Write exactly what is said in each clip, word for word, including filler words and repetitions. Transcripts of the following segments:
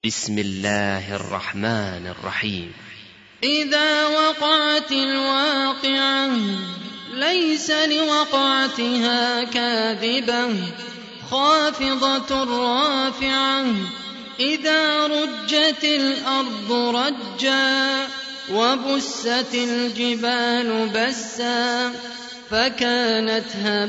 بسم الله الرحمن الرحيم. إذا وقعت الواقعة ليس لوقعتها كاذبة خافضة رافعة إذا رجت الأرض رجا وبست الجبال بسا فكانت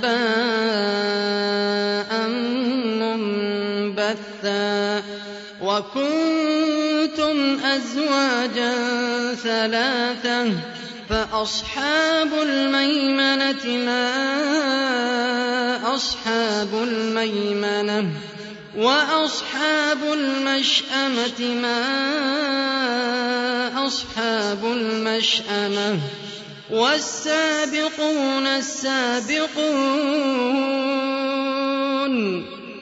هباء منبثا وكنتم أزواجا ثلاثة فأصحاب الميمنة ما أصحاب الميمنة وأصحاب المشأمة ما أصحاب المشأمة والسابقون السابقون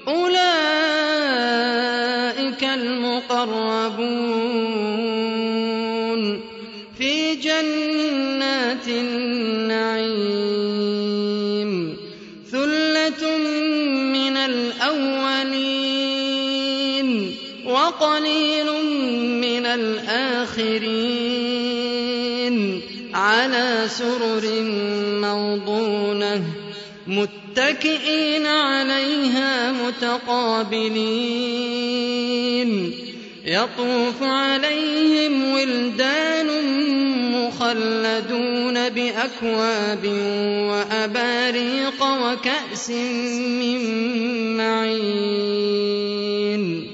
أولئك المقربون في جنات النعيم ثلة من الأولين وقليل من الآخرين على سرر موضونة متكئين عليها متقابلين يطوف عليهم ولدان مخلدون بأكواب وأباريق وكأس من معين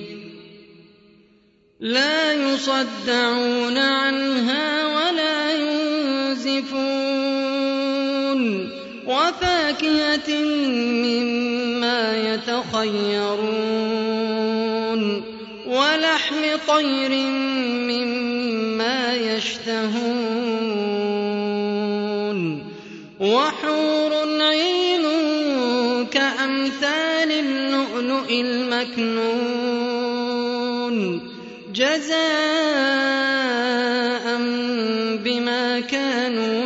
لا يصدعون عنها ولا ينزفون وفاكهة مما يتخيرون ولحم طير مما يشتهون وحور عين كأمثال اللؤلؤ المكنون جزاء بما كانوا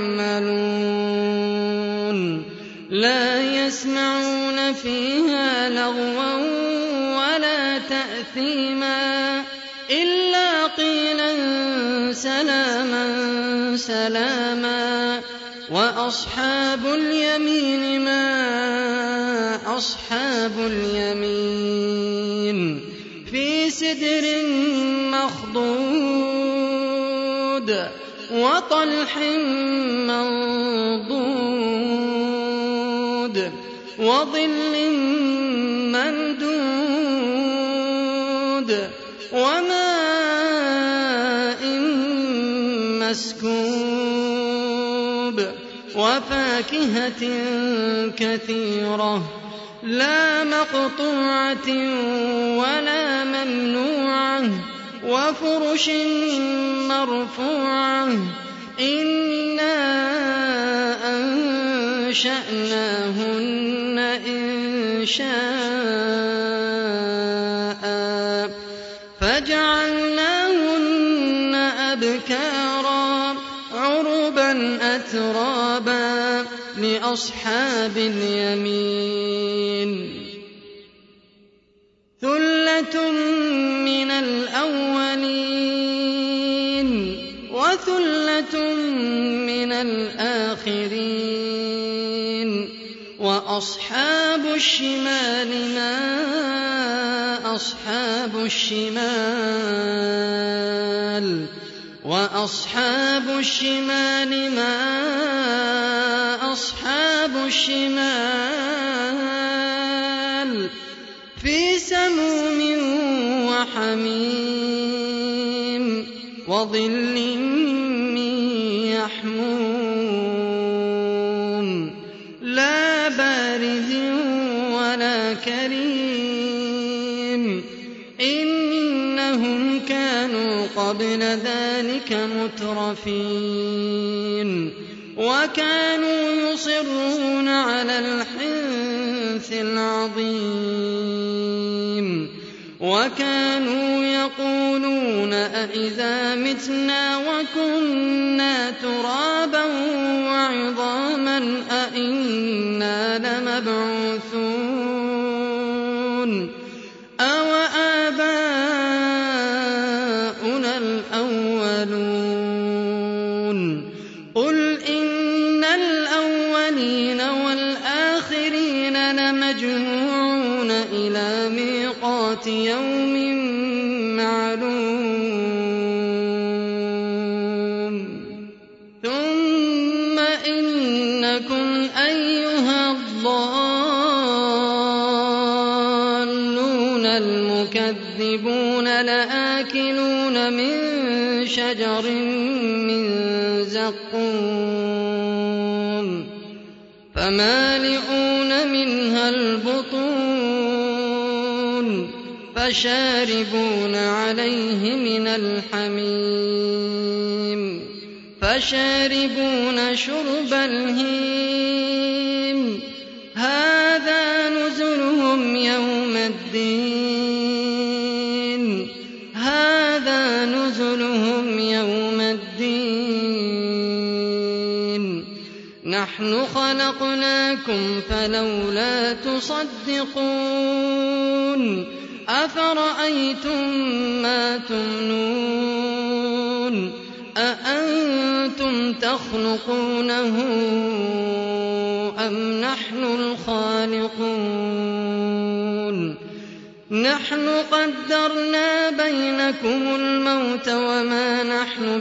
يعملون لا يسمعون فيها لغوا ولا تأثيما إلا قيلا سلاما سلاما وأصحاب اليمين ما أصحاب اليمين في سدر مخضود وطلح منضود وظل ممدود وماء مسكوب وفاكهة كثيرة لا مقطوعة ولا ممنوعة وفرش مرفوعة إنا أنشأناهن إنشاء فجعلناهن أبكارا عربا أترابا لأصحاب اليمين ثلة من الأولين وثلة من الآخرين وأصحاب الشمال ما أصحاب الشمال وأصحاب الشمال ما أصحاب الشمال في سموم وحميم وظل من يحموم لا بارد ولا كريم إنهم كانوا قبل ذلك مترفين وكانوا يصرون على الحنث العظيم وكانوا يقولون أإذا متنا وكنا ترابا وعظاما أإنا لمبعوثون أو آباؤنا ميقات يوم معلوم ثم إنكم أيها الضالون المكذبون لآكلون من شجر من زقوم فمالئون منها البطون فشاربون عليه من الحميم فشاربون شرب الهيم هذا نزلهم يوم الدين هذا نزلهم يوم الدين نحن خلقناكم فلولا تصدقون أفرأيتم ما تمنون أأنتم تخلقونه أم نحن الخالقون نحن قدرنا بينكم الموت وما نحن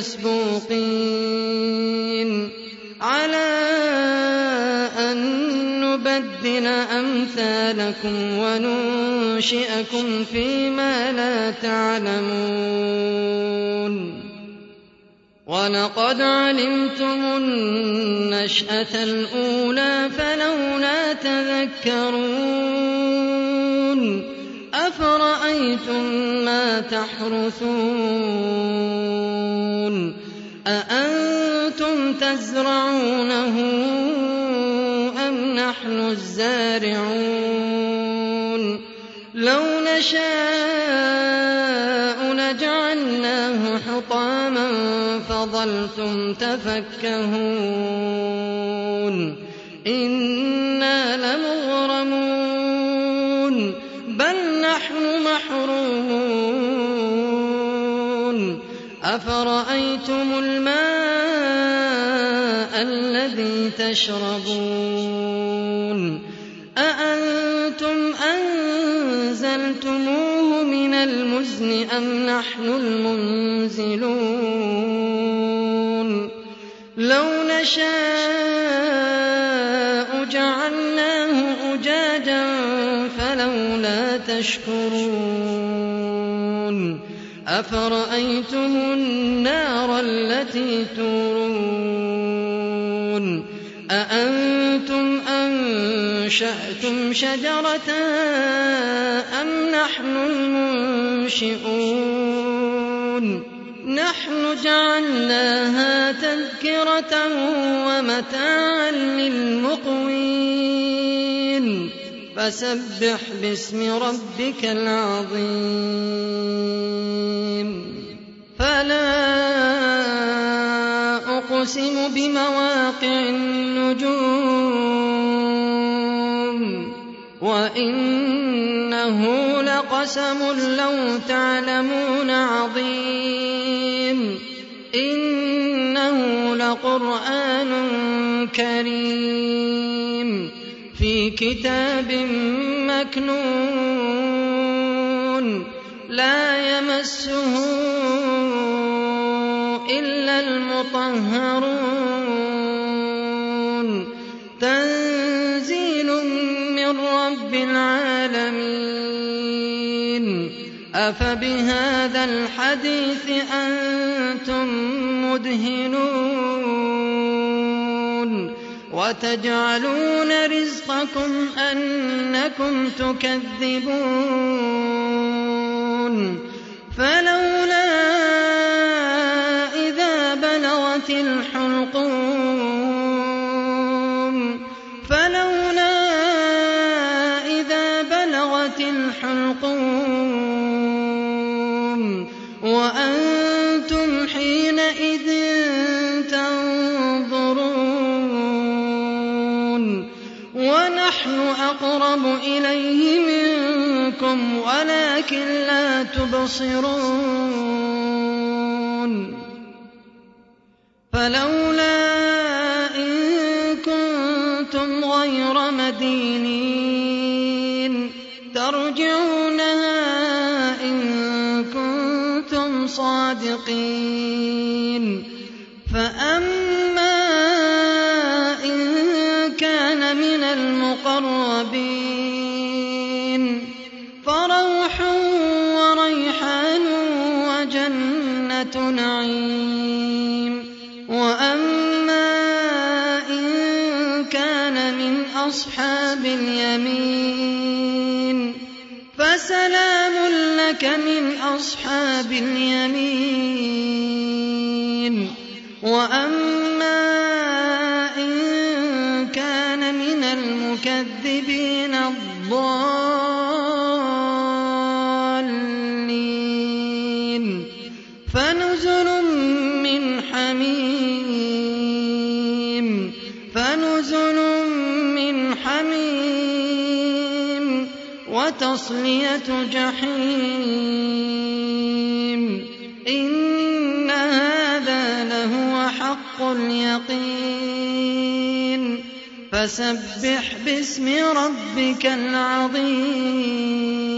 بمسبوقين على أن نبدل أمثالكم وننشئكم فيما لا تعلمون ولقد علمتم النشأة الأولى فلولا تذكرون أفرأيتم ما تحرثون أأنتم تزرعونه أم نحن الزارعون لو نشاء لجعلناه حطاما فظلتم تفكهون إنا لمغرمون بل نحن محرومون أفرأيتم الماء الذي تشربون أأنتم أنزلتموه من المزن أم نحن المنزلون لو نشاء جعلناه أجاجا فلولا تشكرون أفرأيتم النار التي تورون أأنتم أنشأتم شجرتها أم نحن المنشئون نحن جعلناها تذكرة ومتاعا للمقوين فسبح باسم ربك العظيم فلا أقسم بمواقع النجوم وإنه لقسم لو تعلمون عظيم إنه لقرآن كريم في كتاب مكنون لا يمسه إلا المطهرون تنزيل من رب العالمين أفبهذا الحديث أنتم مدهنون وتجعلون رزقكم أنكم تكذبون فلولا إذا بلغت الحلقوم فلولا إذا بلغت الحلقوم وأنتم حينئذ تنظرون ونحن أقرب إليه منكم ولكن لا تبصرون فلولا إن كنتم غير مدينين ترجعونها كنتم صادقين فأما إن كان من المقربين فروح وريحان وجنة نعيم وأما إن كان من أصحاب اليمين فسلام لك من أصحاب اليمين وأما إن كان من المكذبين الضالين فنزل من حميم فنزل من حميم وتصلية جحيم إن هذا لهو حق اليقين فسبح باسم ربك العظيم